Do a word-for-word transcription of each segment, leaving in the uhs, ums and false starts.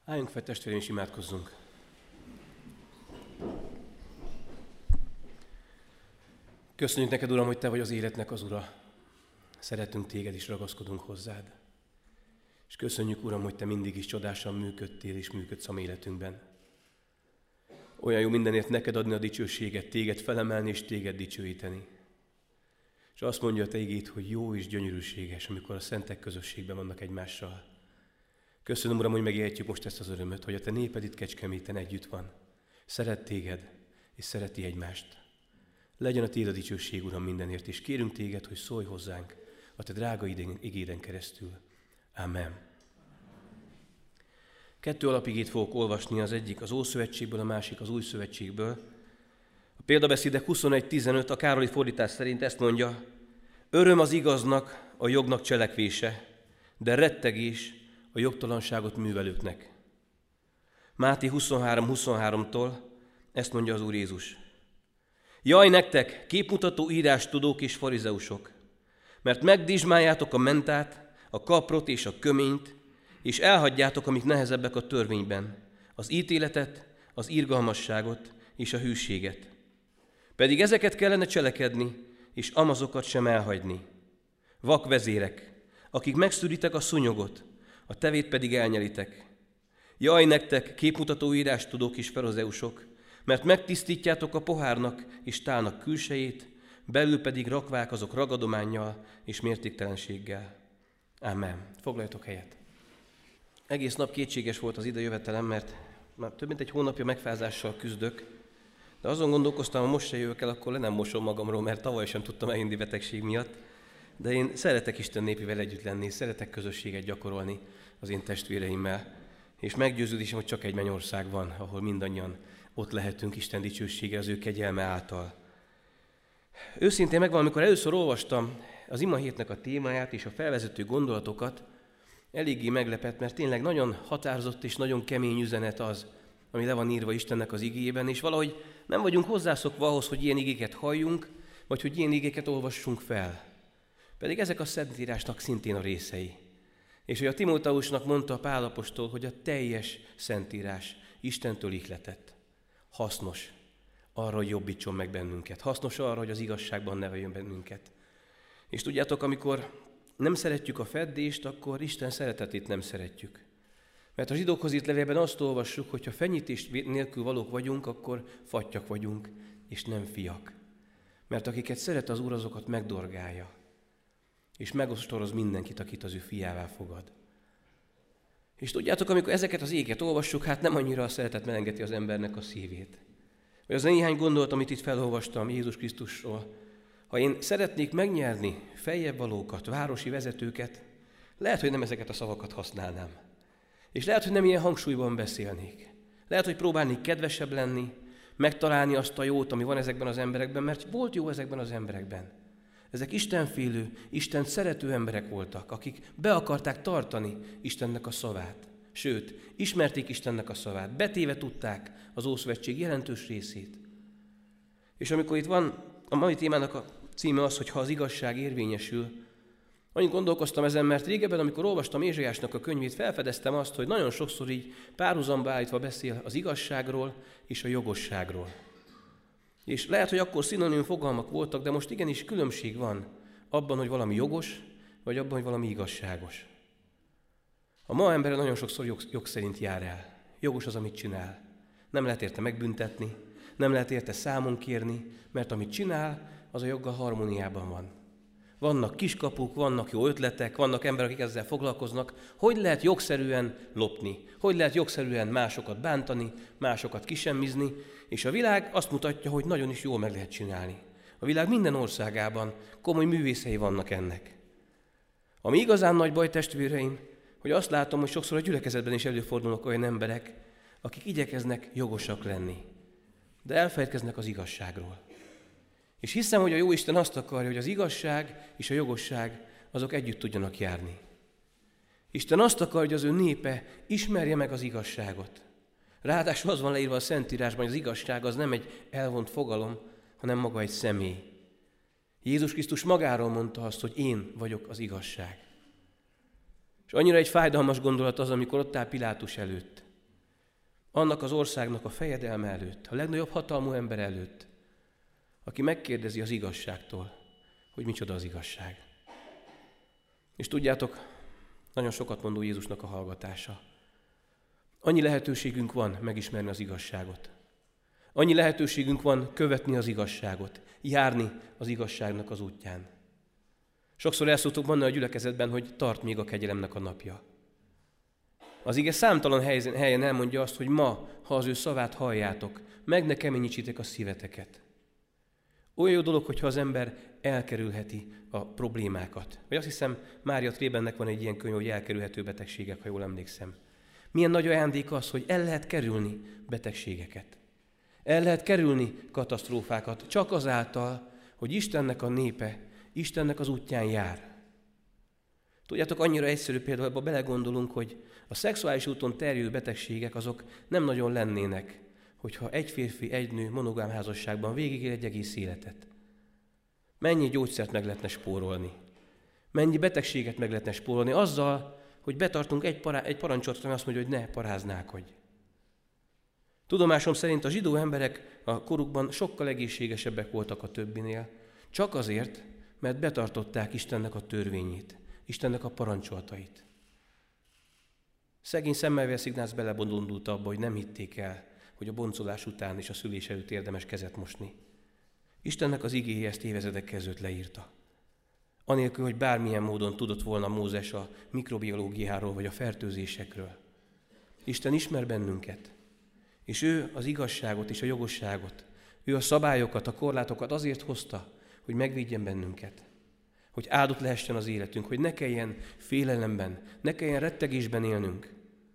Álljunk fel, testvéreim, és imádkozzunk. Köszönjük neked, Uram, hogy Te vagy az életnek az Ura. Szeretünk Téged, és ragaszkodunk hozzád. És köszönjük, Uram, hogy Te mindig is csodásan működtél, és működsz a mi életünkben. Olyan jó mindenért neked adni a dicsőséget, Téged felemelni, és Téged dicsőíteni. És azt mondja a Te igéd, hogy jó és gyönyörűséges, amikor a szentek közösségben vannak egymással. Köszönöm, Uram, hogy megélhetjük most ezt az örömöt, hogy a Te néped itt Kecskeméten együtt van. Szeret Téged, és szereti egymást. Legyen a Tiéd a dicsőség, Uram, mindenért, és kérünk Téged, hogy szólj hozzánk a Te drága igéden keresztül. Amen. Kettő alapigét fogok olvasni, az egyik az Ószövetségből, a másik az Új Szövetségből. A példabeszédek huszonegy tizenöt a Károli fordítás szerint ezt mondja: öröm az igaznak, a jognak cselekvése, de rettegés a jogtalanságot művelőknek. Máté huszonhárom huszonháromtól ezt mondja az Úr Jézus: jaj nektek, képmutató írástudók és farizeusok, mert megdizsmáljátok a mentát, a kaprot és a köményt, és elhagyjátok, amik nehezebbek a törvényben, az ítéletet, az irgalmasságot és a hűséget. Pedig ezeket kellene cselekedni, és amazokat sem elhagyni. Vak vezérek, akik megszűritek a szúnyogot, a tevét pedig elnyelitek. Jaj nektek, képmutató írástudók és farizeusok, mert megtisztítjátok a pohárnak és tálnak külsejét, belül pedig rakvák azok ragadománnyal és mértéktelenséggel. Amen. Foglaljatok helyet. Egész nap kétséges volt az idejövetelem, mert már több mint egy hónapja megfázással küzdök, de azon gondolkoztam, ha most se jövök el, akkor le nem mosom magamról, mert tavaly sem tudtam eljönni betegség miatt. De én szeretek Isten népével együtt lenni, szeretek közösséget gyakorolni az én testvéreimmel, és meggyőződésem, hogy csak egy mennyország van, ahol mindannyian ott lehetünk Isten dicsősége az ő kegyelme által. Őszintén megvan, amikor először olvastam az ima hétnek a témáját és a felvezető gondolatokat, eléggé meglepett, mert tényleg nagyon határozott és nagyon kemény üzenet az, ami le van írva Istennek az igéjében, és valahogy nem vagyunk hozzászokva ahhoz, hogy ilyen igéket halljunk, vagy hogy ilyen igéket olvassunk fel. Pedig ezek a Szentírásnak szintén a részei. És hogy a Timóteusnak mondta a Pál apostol, hogy a teljes Szentírás Istentől ihletett. Hasznos arra, hogy jobbítson meg bennünket. Hasznos arra, hogy az igazságban neveljön bennünket. És tudjátok, amikor nem szeretjük a feddést, akkor Isten szeretetét nem szeretjük. Mert a zsidókhoz írt levélben azt olvassuk, hogy ha fenyítés nélkül valók vagyunk, akkor fattyak vagyunk, és nem fiak. Mert akiket szeret az Úr, azokat megdorgálja, és megostoroz mindenkit, akit az ő fiává fogad. És tudjátok, amikor ezeket az éget olvassuk, hát nem annyira a szeretet melengeti az embernek a szívét. Vagy az a néhány gondolat, amit itt felolvastam Jézus Krisztusról, ha én szeretnék megnyerni feljebb valókat, városi vezetőket, lehet, hogy nem ezeket a szavakat használnám. És lehet, hogy nem ilyen hangsúlyban beszélnék. Lehet, hogy próbálnék kedvesebb lenni, megtalálni azt a jót, ami van ezekben az emberekben, mert volt jó ezekben az emberekben. Ezek istenfélő, Istent szerető emberek voltak, akik be akarták tartani Istennek a szavát. Sőt, ismerték Istennek a szavát, betéve tudták az Ószövetség jelentős részét. És amikor itt van, a mai témának a címe az, hogy ha az igazság érvényesül, annyit gondolkoztam ezen, mert régebben, amikor olvastam Ézsaiásnak a könyvét, felfedeztem azt, hogy nagyon sokszor így párhuzamba állítva beszél az igazságról és a jogosságról. És lehet, hogy akkor szinonim fogalmak voltak, de most igenis különbség van abban, hogy valami jogos, vagy abban, hogy valami igazságos. A ma embere nagyon sokszor jog, jog szerint jár el. Jogos az, amit csinál. Nem lehet érte megbüntetni, nem lehet érte számon kérni, mert amit csinál, az a joggal harmóniában van. Vannak kiskapuk, vannak jó ötletek, vannak emberek, akik ezzel foglalkoznak. Hogy lehet jogszerűen lopni? Hogy lehet jogszerűen másokat bántani, másokat kisemmizni? És a világ azt mutatja, hogy nagyon is jól meg lehet csinálni. A világ minden országában komoly művészei vannak ennek. Ami igazán nagy baj, testvéreim, hogy azt látom, hogy sokszor a gyülekezetben is előfordulnak olyan emberek, akik igyekeznek jogosak lenni, de elfelejtkeznek az igazságról. És hiszem, hogy a Jóisten azt akarja, hogy az igazság és a jogosság azok együtt tudjanak járni. Isten azt akarja, hogy az ő népe ismerje meg az igazságot. Ráadásul az van leírva a Szentírásban, hogy az igazság az nem egy elvont fogalom, hanem maga egy személy. Jézus Krisztus magáról mondta azt, hogy én vagyok az igazság. És annyira egy fájdalmas gondolat az, amikor ott áll Pilátus előtt. annak az országnak a fejedelme előtt, a legnagyobb hatalmú ember előtt, aki megkérdezi az igazságtól, hogy micsoda az igazság. És tudjátok, nagyon sokat mondó Jézusnak a hallgatása. Annyi lehetőségünk van megismerni az igazságot. Annyi lehetőségünk van követni az igazságot, járni az igazságnak az útján. Sokszor el szoktuk mondani a gyülekezetben, hogy tart még a kegyelemnek a napja. Az ige számtalan helyen elmondja azt, hogy ma, ha az ő szavát halljátok, meg ne keményítsétek a szíveteket. Olyan jó dolog, hogyha az ember elkerülheti a problémákat. Vagy azt hiszem, Mária Trébennek van egy ilyen könyv, hogy elkerülhető betegségek, ha jól emlékszem. Milyen nagy ajándék az, hogy el lehet kerülni betegségeket. El lehet kerülni katasztrófákat, csak azáltal, hogy Istennek a népe, Istennek az útján jár. Tudjátok, annyira egyszerű például, ebbe belegondolunk, hogy a szexuális úton terjedő betegségek azok nem nagyon lennének, hogyha egy férfi, egy nő monogám házasságban végigél egy egész életet. Mennyi gyógyszert meg lehetne spórolni? Mennyi betegséget meg lehetne spórolni azzal, hogy betartunk egy, pará- egy parancsot, ami azt mondja, hogy ne paráználkodj. Tudomásom szerint a zsidó emberek a korukban sokkal egészségesebbek voltak a többinél, csak azért, mert betartották Istennek a törvényét, Istennek a parancsolatait. Szegény Semmelweis Ignác belebondult abba, hogy nem hitték el, hogy a boncolás után és a szülés előtt érdemes kezet mosni. Istennek az igéje ezt évezredek kezdőt leírta. Anélkül, hogy bármilyen módon tudott volna Mózes a mikrobiológiáról vagy a fertőzésekről. Isten ismer bennünket, és ő az igazságot és a jogosságot, ő a szabályokat, a korlátokat azért hozta, hogy megvédjen bennünket. Hogy áldott lehessen az életünk, hogy ne kelljen félelemben, ne kelljen rettegésben élnünk.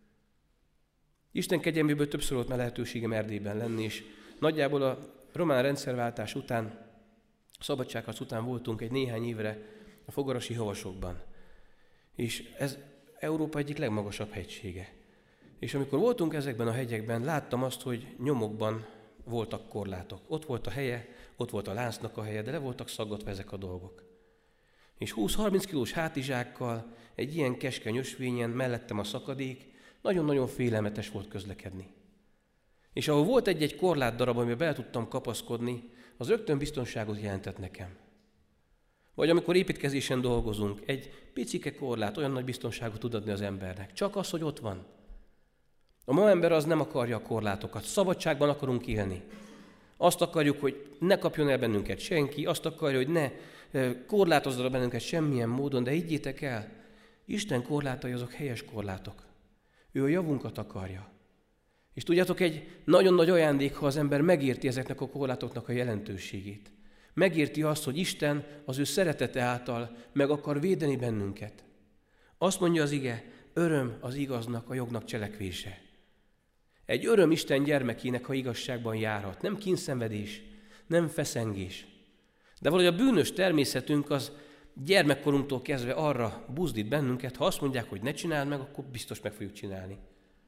Isten kegyelméből többször volt már lehetőségem Erdélyben lenni, és nagyjából a román rendszerváltás után, a szabadságharc után voltunk egy néhány évre a fogarasi havasokban. És ez Európa egyik legmagasabb hegysége. És amikor voltunk ezekben a hegyekben, láttam azt, hogy nyomokban voltak korlátok. Ott volt a helye, ott volt a láncnak a helye, de le voltak szaggatva ezek a dolgok. És húsz-harminc kilós hátizsákkal, egy ilyen keskeny ösvényen, mellettem a szakadék, nagyon-nagyon félelmetes volt közlekedni. És ahol volt egy-egy korlátdarab, amiben bele tudtam kapaszkodni, az rögtön biztonságot jelentett nekem. Vagy amikor építkezésen dolgozunk, egy picike korlát olyan nagy biztonságot tud adni az embernek. Csak az, hogy ott van. A ma ember az nem akarja a korlátokat. Szabadságban akarunk élni. Azt akarjuk, hogy ne kapjon el bennünket senki, azt akarja, hogy ne korlátozza bennünket semmilyen módon, de higgyétek el, Isten korlátai azok helyes korlátok. Ő a javunkat akarja. És tudjátok, egy nagyon nagy ajándék, ha az ember megérti ezeknek a korlátoknak a jelentőségét. Megérti azt, hogy Isten az ő szeretete által meg akar védeni bennünket. Azt mondja az ige, öröm az igaznak, a jognak cselekvése. Egy öröm Isten gyermekének, ha igazságban járhat. Nem kínszenvedés, nem feszengés. De valahogy a bűnös természetünk az gyermekkorunktól kezdve arra buzdít bennünket, ha azt mondják, hogy ne csináld meg, akkor biztos meg fogjuk csinálni.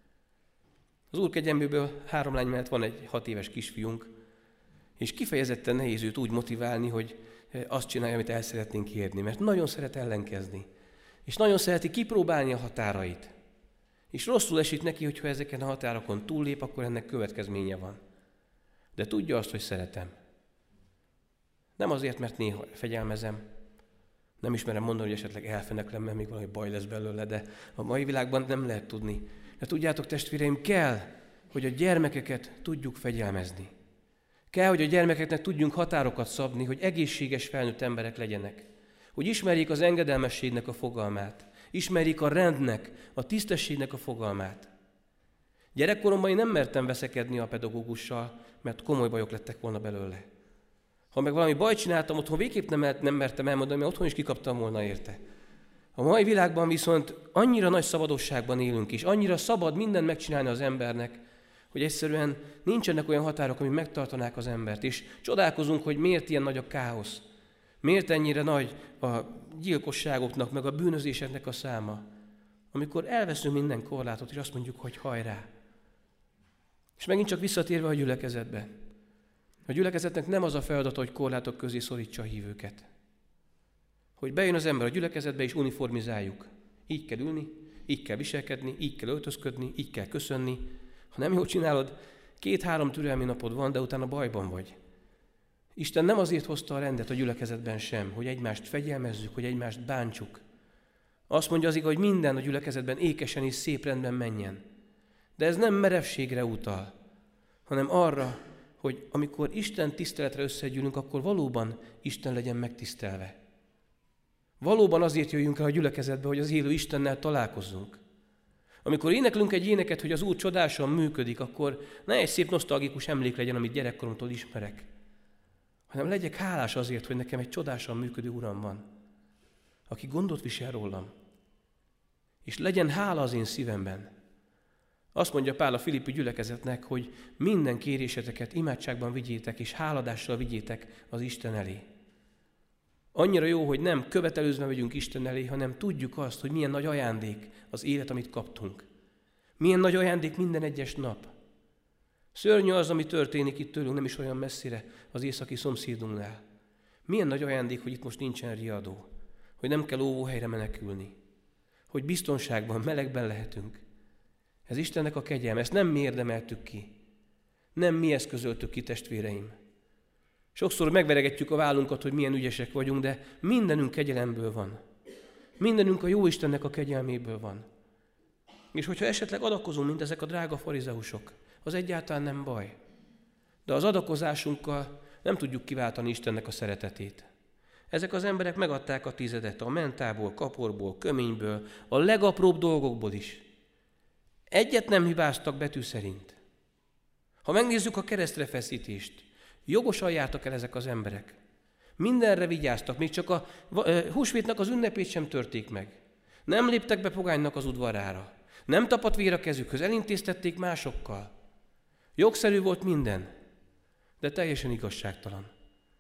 Az Úr kegyelméből három lány mellett van egy hat éves kisfiunk, és kifejezetten nehéz őt úgy motiválni, hogy azt csinálja, amit el szeretnénk érni, mert nagyon szeret ellenkezni, és nagyon szereti kipróbálni a határait. És rosszul esik neki, hogyha ezeken a határokon túllép, akkor ennek következménye van. De tudja azt, hogy szeretem. Nem azért, mert néha fegyelmezem, nem ismerem mondani, hogy esetleg elfeneklem, mert még valami baj lesz belőle, de a mai világban nem lehet tudni. De tudjátok, testvéreim, kell, hogy a gyermekeket tudjuk fegyelmezni. Kell, hogy a gyermekeknek tudjunk határokat szabni, hogy egészséges felnőtt emberek legyenek. Hogy ismerjék az engedelmességnek a fogalmát. Ismerjék a rendnek, a tisztességnek a fogalmát. Gyerekkoromban én nem mertem veszekedni a pedagógussal, mert komoly bajok lettek volna belőle. Ha meg valami bajt csináltam otthon, végképp nem, nem mertem elmondani, mert otthon is kikaptam volna érte. A mai világban viszont annyira nagy szabadosságban élünk, és annyira szabad mindent megcsinálni az embernek, hogy egyszerűen nincsenek olyan határok, amik megtartanák az embert, és csodálkozunk, hogy miért ilyen nagy a káosz. Miért ennyire nagy a gyilkosságoknak, meg a bűnözéseknek a száma, amikor elveszünk minden korlátot, és azt mondjuk, hogy hajrá. És megint csak visszatérve a gyülekezetbe. A gyülekezetnek nem az a feladata, hogy korlátok közé szorítsa a hívőket. Hogy bejön az ember a gyülekezetbe, és uniformizáljuk. Így kell ülni, így kell viselkedni, így kell öltözködni, így kell köszönni, Ha nem jól csinálod, két-három türelmi napod van, de utána bajban vagy. Isten nem azért hozta a rendet a gyülekezetben sem, hogy egymást fegyelmezzük, hogy egymást bántsuk. Azt mondja az ige, hogy minden a gyülekezetben ékesen és szép rendben menjen. De ez nem merevségre utal, hanem arra, hogy amikor Isten tiszteletre összegyűlünk, akkor valóban Isten legyen megtisztelve. Valóban azért jöjjünk el a gyülekezetbe, hogy az élő Istennel találkozzunk. Amikor éneklünk egy éneket, hogy az Úr csodásan működik, akkor ne egy szép nosztalgikus emlék legyen, amit gyerekkoromtól ismerek, hanem legyek hálás azért, hogy nekem egy csodásan működő Uram van, aki gondot visel rólam. És legyen hála az én szívemben. Azt mondja Pál a filippi gyülekezetnek, hogy minden kéréseteket imádságban vigyétek, és háladással vigyétek az Isten elé. Annyira jó, hogy nem követelőzve megyünk Isten elé, hanem tudjuk azt, hogy milyen nagy ajándék az élet, amit kaptunk. Milyen nagy ajándék minden egyes nap. Szörnyű az, ami történik itt tőlünk, nem is olyan messzire, az északi szomszédunknál. Milyen nagy ajándék, hogy itt most nincsen riadó, hogy nem kell óvóhelyre menekülni, hogy biztonságban, melegben lehetünk. Ez Istennek a kegyelme, ezt nem mi érdemeltük ki. Nem mi eszközöltük ki, testvéreim. Sokszor megveregetjük a vállunkat, hogy milyen ügyesek vagyunk, de mindenünk kegyelemből van. Mindenünk a jó Istennek a kegyelméből van. És hogyha esetleg adakozunk, mint ezek a drága farizeusok, az egyáltalán nem baj. De az adakozásunkkal nem tudjuk kiváltani Istennek a szeretetét. Ezek az emberek megadták a tizedet a mentából, kaporból, köményből, a legapróbb dolgokból is. Egyet nem hibáztak betű szerint. Ha megnézzük a keresztre feszítést, jogosan jártak el ezek az emberek. Mindenre vigyáztak, még csak a húsvétnak az ünnepét sem törték meg. Nem léptek be pogánynak az udvarára. Nem tapadt vér a kezükhöz, elintéztették másokkal. Jogszerű volt minden, de teljesen igazságtalan.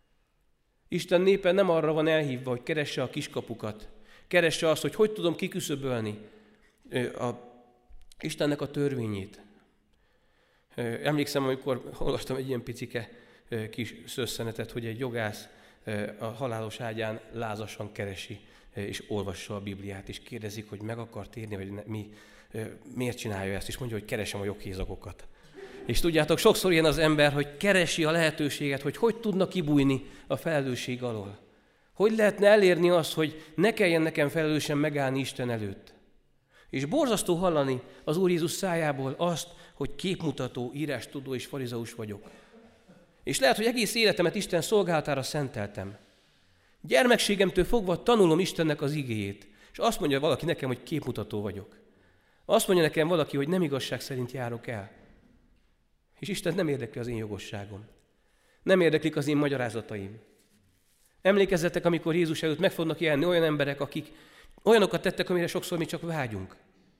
Isten népe nem arra van elhívva, hogy keresse a kiskapukat, keresse azt, hogy hogy tudom kiküszöbölni a Istennek a törvényét. Emlékszem, amikor olvastam egy ilyen picike kis szösszenetet, hogy egy jogász a halálos ágyán lázasan keresi és olvassa a Bibliát, és kérdezik, hogy meg akar térni, vagy ne, mi, miért csinálja ezt, és mondja, hogy keresem a joghézagokat. És tudjátok, sokszor ilyen az ember, hogy keresi a lehetőséget, hogy hogy tudna kibújni a felelősség alól. Hogy lehetne elérni azt, hogy ne kelljen nekem felelősen megállni Isten előtt. És borzasztó hallani az Úr Jézus szájából azt, hogy képmutató, írástudó és farizeus vagyok. És lehet, hogy egész életemet Isten szolgálatára szenteltem. Gyermekségemtől fogva tanulom Istennek az igéjét. És azt mondja valaki nekem, hogy képmutató vagyok. Azt mondja nekem valaki, hogy nem igazság szerint járok el. És Isten nem érdekli az én jogosságom. Nem érdeklik az én magyarázataim. Emlékezzetek, amikor Jézus előtt meg fognak jelenni olyan emberek, akik olyanokat tettek, amire sokszor mi csak vágyunk.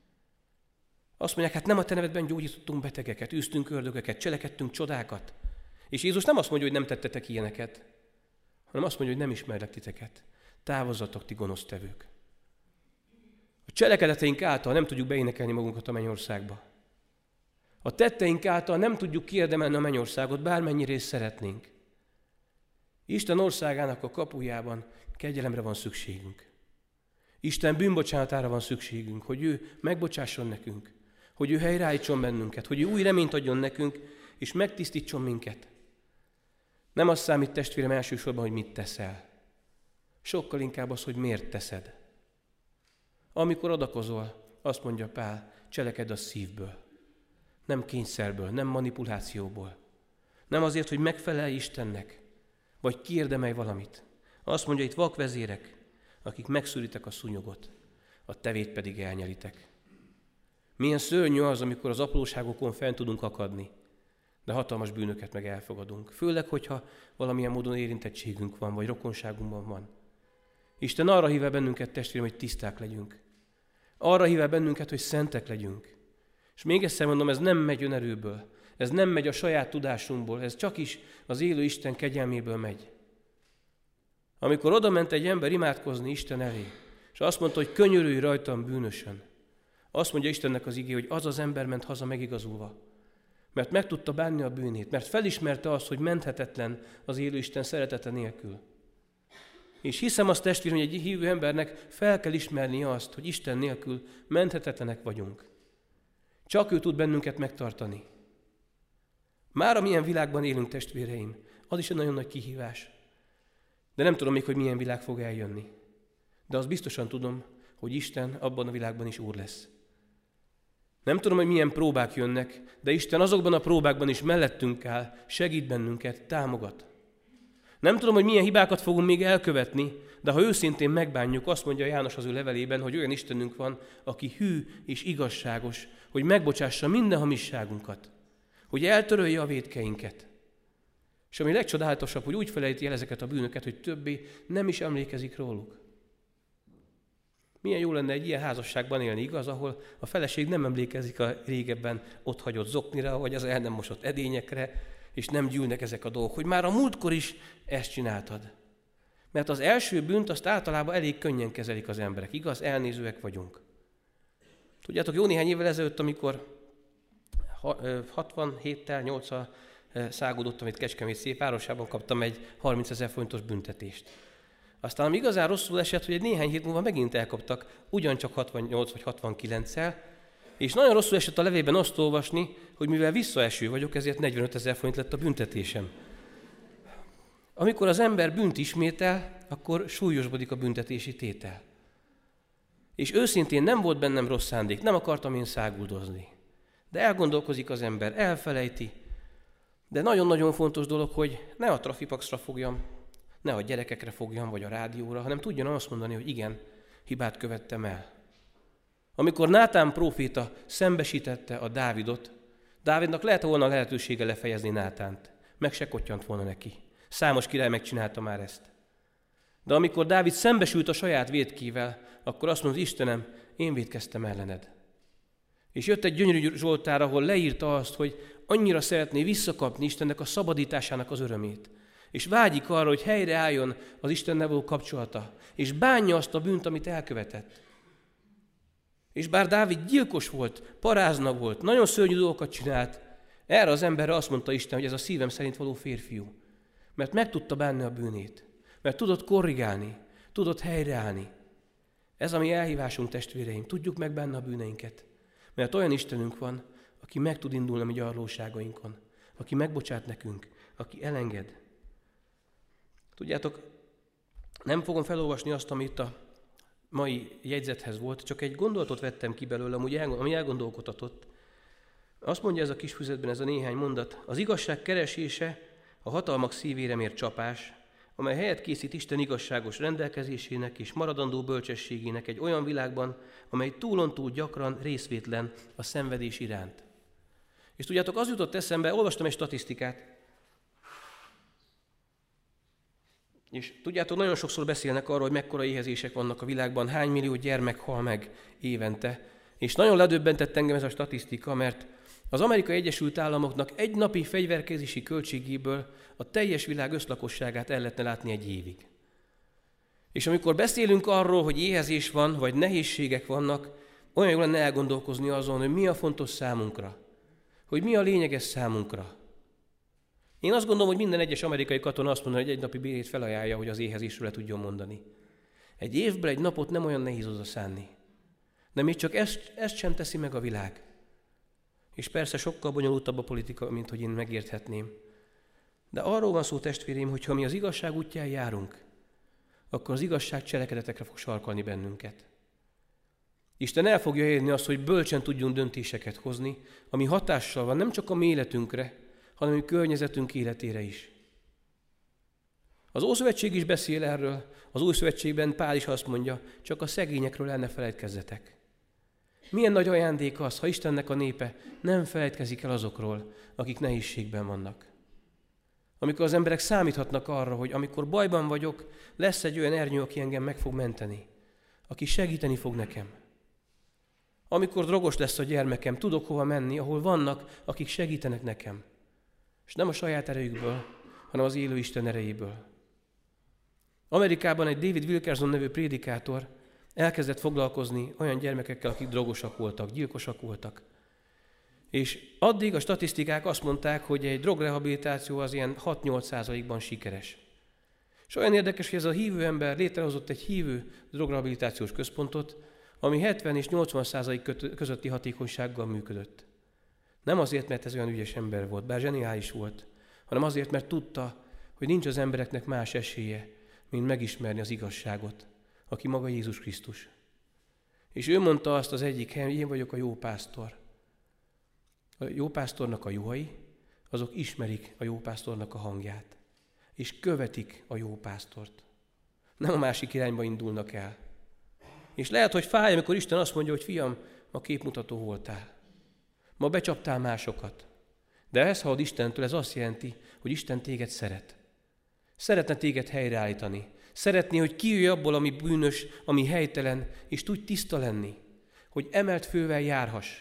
Azt mondják, hát nem a te nevedben gyógyítottunk betegeket, űztünk ördögöket, cselekedtünk csodákat. És Jézus nem azt mondja, hogy nem tettetek ilyeneket, hanem azt mondja, hogy nem ismerlek titeket. Távozzatok, ti gonosztevők. A cselekedeteink által nem tudjuk beénekelni magunkat a mennyországba. A tetteink által nem tudjuk kiérdemelni a mennyországot, bármennyire is szeretnénk. Isten országának a kapujában kegyelemre van szükségünk. Isten bűnbocsánatára van szükségünk, hogy ő megbocsásson nekünk, hogy ő helyreállítson bennünket, hogy ő új reményt adjon nekünk, és megtisztítson minket. Nem az számít, testvérem, elsősorban, hogy mit teszel. Sokkal inkább az, hogy miért teszed. Amikor adakozol, azt mondja Pál, cselekedd a szívből. Nem kényszerből, nem manipulációból. Nem azért, hogy megfelelj Istennek, vagy kiérdemelj valamit. Azt mondja itt vakvezérek, akik megszűritek a szúnyogot, a tevét pedig elnyelitek. Milyen szörnyű az, amikor az apróságokon fent tudunk akadni, de hatalmas bűnöket meg elfogadunk. Főleg, hogyha valamilyen módon érintettségünk van, vagy rokonságunkban van. Isten arra hív bennünket, testvérem, hogy tiszták legyünk. Arra hív bennünket, hogy szentek legyünk. És még egyszer mondom, ez nem megy önerőből, ez nem megy a saját tudásunkból, ez csak is az élő Isten kegyelméből megy. Amikor oda ment egy ember imádkozni Isten elé, és azt mondta, hogy könyörülj rajtam bűnösön, azt mondja Istennek az igé, hogy az az ember ment haza megigazulva, mert meg tudta bánni a bűnét, mert felismerte azt, hogy menthetetlen az élő Isten szeretete nélkül. És hiszem azt, testvérem, hogy egy hívő embernek fel kell ismerni azt, hogy Isten nélkül menthetetlenek vagyunk. Csak ő tud bennünket megtartani. Már amilyen világban élünk, testvéreim, az is egy nagyon nagy kihívás. De nem tudom még, hogy milyen világ fog eljönni. De azt biztosan tudom, hogy Isten abban a világban is Úr lesz. Nem tudom, hogy milyen próbák jönnek, de Isten azokban a próbákban is mellettünk áll, segít bennünket, támogat. Nem tudom, hogy milyen hibákat fogunk még elkövetni, de ha őszintén megbánjuk, azt mondja János az ő levelében, hogy olyan Istenünk van, aki hű és igazságos, hogy megbocsássa minden hamisságunkat, hogy eltörölje a vétkeinket. És ami legcsodálatosabb, hogy úgy felejti el ezeket a bűnöket, hogy többé nem is emlékezik róluk. Milyen jó lenne egy ilyen házasságban élni, igaz, ahol a feleség nem emlékezik a régebben otthagyott zoknira, vagy az el nem mosott edényekre, és nem gyűlnek ezek a dolgok, hogy már a múltkor is ezt csináltad. Mert az első bűnt azt általában elég könnyen kezelik az emberek, igaz? Elnézőek vagyunk. Tudjátok, jó néhány évvel ezelőtt, amikor hatvanhéttel, nyolccal szágódottam itt Kecskemét szép városában, kaptam egy harmincezer forintos büntetést. Aztán ami igazán rosszul esett, hogy egy néhány hét múlva megint elkaptak, ugyancsak hatvannyolc vagy hatvankilenccel, és nagyon rosszul esett a levélben azt olvasni, hogy mivel visszaeső vagyok, ezért negyvenötezer forint lett a büntetésem. Amikor az ember bűnt ismétel, akkor súlyosbodik a büntetési tétel. És őszintén nem volt bennem rossz szándék, nem akartam én száguldozni. De elgondolkozik az ember, elfelejti. De nagyon-nagyon fontos dolog, hogy ne a trafipaxra fogjam, ne a gyerekekre fogjam, vagy a rádióra, hanem tudjon azt mondani, hogy igen, hibát követtem el. Amikor Nátán próféta szembesítette a Dávidot, Dávidnak lehet volna lehetősége lefejezni Nátánt. Meg se kottyant volna neki. Számos király megcsinálta már ezt. De amikor Dávid szembesült a saját vétkével, akkor azt mondta, Istenem, én vétkeztem ellened. És jött egy gyönyörű Zsoltár, ahol leírta azt, hogy annyira szeretné visszakapni Istennek a szabadításának az örömét. És vágyik arra, hogy helyreálljon az Istennel való kapcsolata, és bánja azt a bűnt, amit elkövetett. És bár Dávid gyilkos volt, parázna volt, nagyon szörnyű dolgokat csinált, erre az emberre azt mondta Isten, hogy ez a szívem szerint való férfiú. Mert meg tudta bánni a bűnét, mert tudott korrigálni, tudott helyreállni. Ez a mi elhívásunk, testvéreim, tudjuk megbánni a bűneinket, mert olyan Istenünk van, aki meg tud indulni a mi gyarlóságainkon, aki megbocsát nekünk, aki elenged. Tudjátok, nem fogom felolvasni azt, amit a mai jegyzethez volt, csak egy gondolatot vettem ki belőle, ami elgondolkodtatott. Azt mondja ez a kis füzetben, ez a néhány mondat, az igazság keresése a hatalmak szívére mért csapás, amely helyet készít Isten igazságos rendelkezésének és maradandó bölcsességének egy olyan világban, amely túlontúl gyakran részvétlen a szenvedés iránt. És tudjátok, az jutott eszembe, olvastam egy statisztikát, és tudjátok, nagyon sokszor beszélnek arról, hogy mekkora éhezések vannak a világban, hány millió gyermek hal meg évente. És nagyon ledöbbentett engem ez a statisztika, mert az Amerikai Egyesült Államoknak egy napi fegyverkezési költségéből a teljes világ összlakosságát el lehetne látni egy évig. És amikor beszélünk arról, hogy éhezés van, vagy nehézségek vannak, olyan jó lenne elgondolkozni azon, hogy mi a fontos számunkra, hogy mi a lényeges számunkra. Én azt gondolom, hogy minden egyes amerikai katona azt mondja, hogy egy napi bérét felajánlja, hogy az éhezésről le tudjon mondani. Egy évben egy napot nem olyan nehéz oda szánni. De még csak ezt, ezt sem teszi meg a világ. És persze sokkal bonyolultabb a politika, mint hogy én megérthetném. De arról van szó, testvéreim, hogy ha mi az igazság útján járunk, akkor az igazság cselekedetekre fog sarkalni bennünket. Isten el fogja érni azt, hogy bölcsen tudjunk döntéseket hozni, ami hatással van nem csak a mi életünkre, hanem a környezetünk életére is. Az Ószövetség is beszél erről, az Új Szövetségben Pál is azt mondja, csak a szegényekről el ne felejtkezzetek. Milyen nagy ajándék az, ha Istennek a népe nem felejtkezik el azokról, akik nehézségben vannak. Amikor az emberek számíthatnak arra, hogy amikor bajban vagyok, lesz egy olyan ernyő, aki engem meg fog menteni, aki segíteni fog nekem. Amikor drogos lesz a gyermekem, tudok hova menni, ahol vannak, akik segítenek nekem. És nem a saját erejükből, hanem az élő Isten erejéből. Amerikában egy David Wilkerson nevű prédikátor elkezdett foglalkozni olyan gyermekekkel, akik drogosak voltak, gyilkosak voltak. És addig a statisztikák azt mondták, hogy egy drogrehabilitáció az ilyen hat-nyolc százalékban sikeres. És olyan érdekes, hogy ez a hívő ember létrehozott egy hívő drogrehabilitációs központot, ami hetven és nyolcvan százalék közötti hatékonysággal működött. Nem azért, mert ez olyan ügyes ember volt, bár zseniális volt, hanem azért, mert tudta, hogy nincs az embereknek más esélye, mint megismerni az igazságot, aki maga Jézus Krisztus. És ő mondta azt az egyik helyen, hogy én vagyok a jó pásztor. A jó pásztornak a juhai, azok ismerik a jó pásztornak a hangját, és követik a jó pásztort. Nem a másik irányba indulnak el. És lehet, hogy fáj, amikor Isten azt mondja, hogy fiam, ma képmutató voltál. Ma becsaptál másokat. De ezt hallod Istentől, ez azt jelenti, hogy Isten téged szeret. Szeretne téged helyreállítani. Szeretné, hogy kijöjj abból, ami bűnös, ami helytelen, és tudj tiszta lenni. Hogy emelt fővel járhass.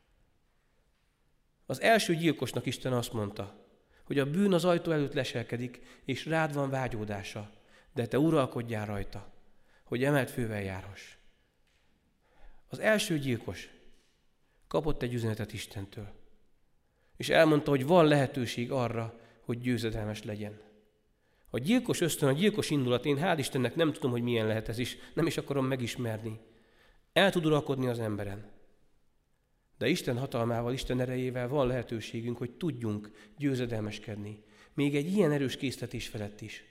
Az első gyilkosnak Isten azt mondta, hogy a bűn az ajtó előtt leselkedik, és rád van vágyódása, de te uralkodjál rajta, hogy emelt fővel járhass. Az első gyilkos kapott egy üzenetet Istentől, és elmondta, hogy van lehetőség arra, hogy győzedelmes legyen. A gyilkos ösztön, a gyilkos indulat, én hál' Istennek nem tudom, hogy milyen lehet ez is, nem is akarom megismerni. El tud uralkodni az emberen. De Isten hatalmával, Isten erejével van lehetőségünk, hogy tudjunk győzedelmeskedni. Még egy ilyen erős késztetés felett is.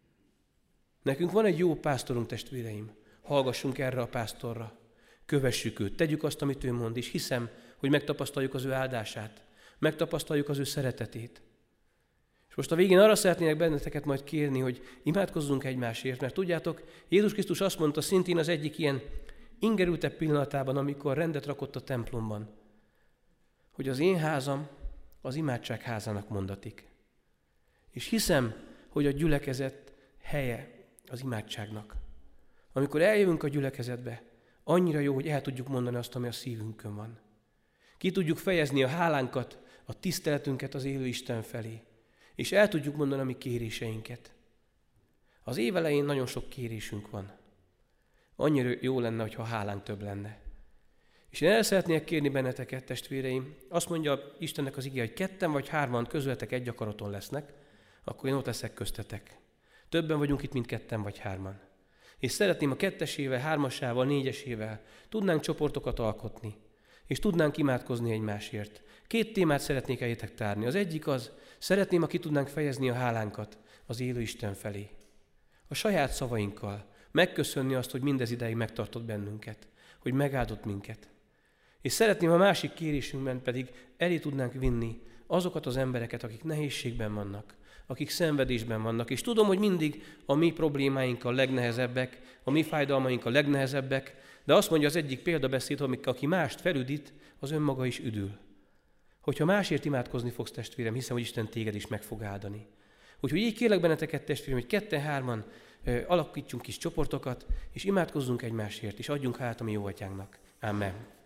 Nekünk van egy jó pásztorunk, testvéreim. Hallgassunk erre a pásztorra. Kövessük őt, tegyük azt, amit ő mond, és hiszem, hogy megtapasztaljuk az ő áldását. Megtapasztaljuk az ő szeretetét. És most a végén arra szeretnének benneteket majd kérni, hogy imádkozzunk egymásért, mert tudjátok, Jézus Krisztus azt mondta szintén az egyik ilyen ingerültebb pillanatában, amikor rendet rakott a templomban, hogy az én házam az imádság házának mondatik. És hiszem, hogy a gyülekezet helye az imádságnak. Amikor eljövünk a gyülekezetbe, annyira jó, hogy el tudjuk mondani azt, ami a szívünkön van. Ki tudjuk fejezni a hálánkat, a tiszteletünket az élő Isten felé, és el tudjuk mondani a mi kéréseinket. Az év elején nagyon sok kérésünk van. Annyira jó lenne, hogyha hálánk több lenne. És én el szeretnék kérni benneteket, testvéreim, azt mondja Istennek az igéje, hogy ketten vagy hárman közületek egy akaraton lesznek, akkor én ott leszek köztetek. Többen vagyunk itt, mint ketten vagy hárman. És szeretném a kettesével, hármasával, négyesével tudnánk csoportokat alkotni, és tudnánk imádkozni egymásért. Két témát szeretnék elétek tárni. Az egyik az, szeretném, ha ki tudnánk fejezni a hálánkat az élő Isten felé. A saját szavainkkal megköszönni azt, hogy mindez ideig megtartott bennünket, hogy megáldott minket. És szeretném, a másik kérésünkben pedig elé tudnánk vinni azokat az embereket, akik nehézségben vannak, akik szenvedésben vannak. És tudom, hogy mindig a mi problémáink a legnehezebbek, a mi fájdalmaink a legnehezebbek, de azt mondja az egyik példabeszéd, hogy aki mást felüdít, az önmaga is üdül. Hogyha másért imádkozni fogsz, testvérem, hiszem, hogy Isten téged is meg fog áldani. Úgyhogy így kérlek benneteket, testvérem, hogy ketten-hárman alakítsunk kis csoportokat, és imádkozzunk egymásért, és adjunk hálát a mi jó atyánknak. Amen.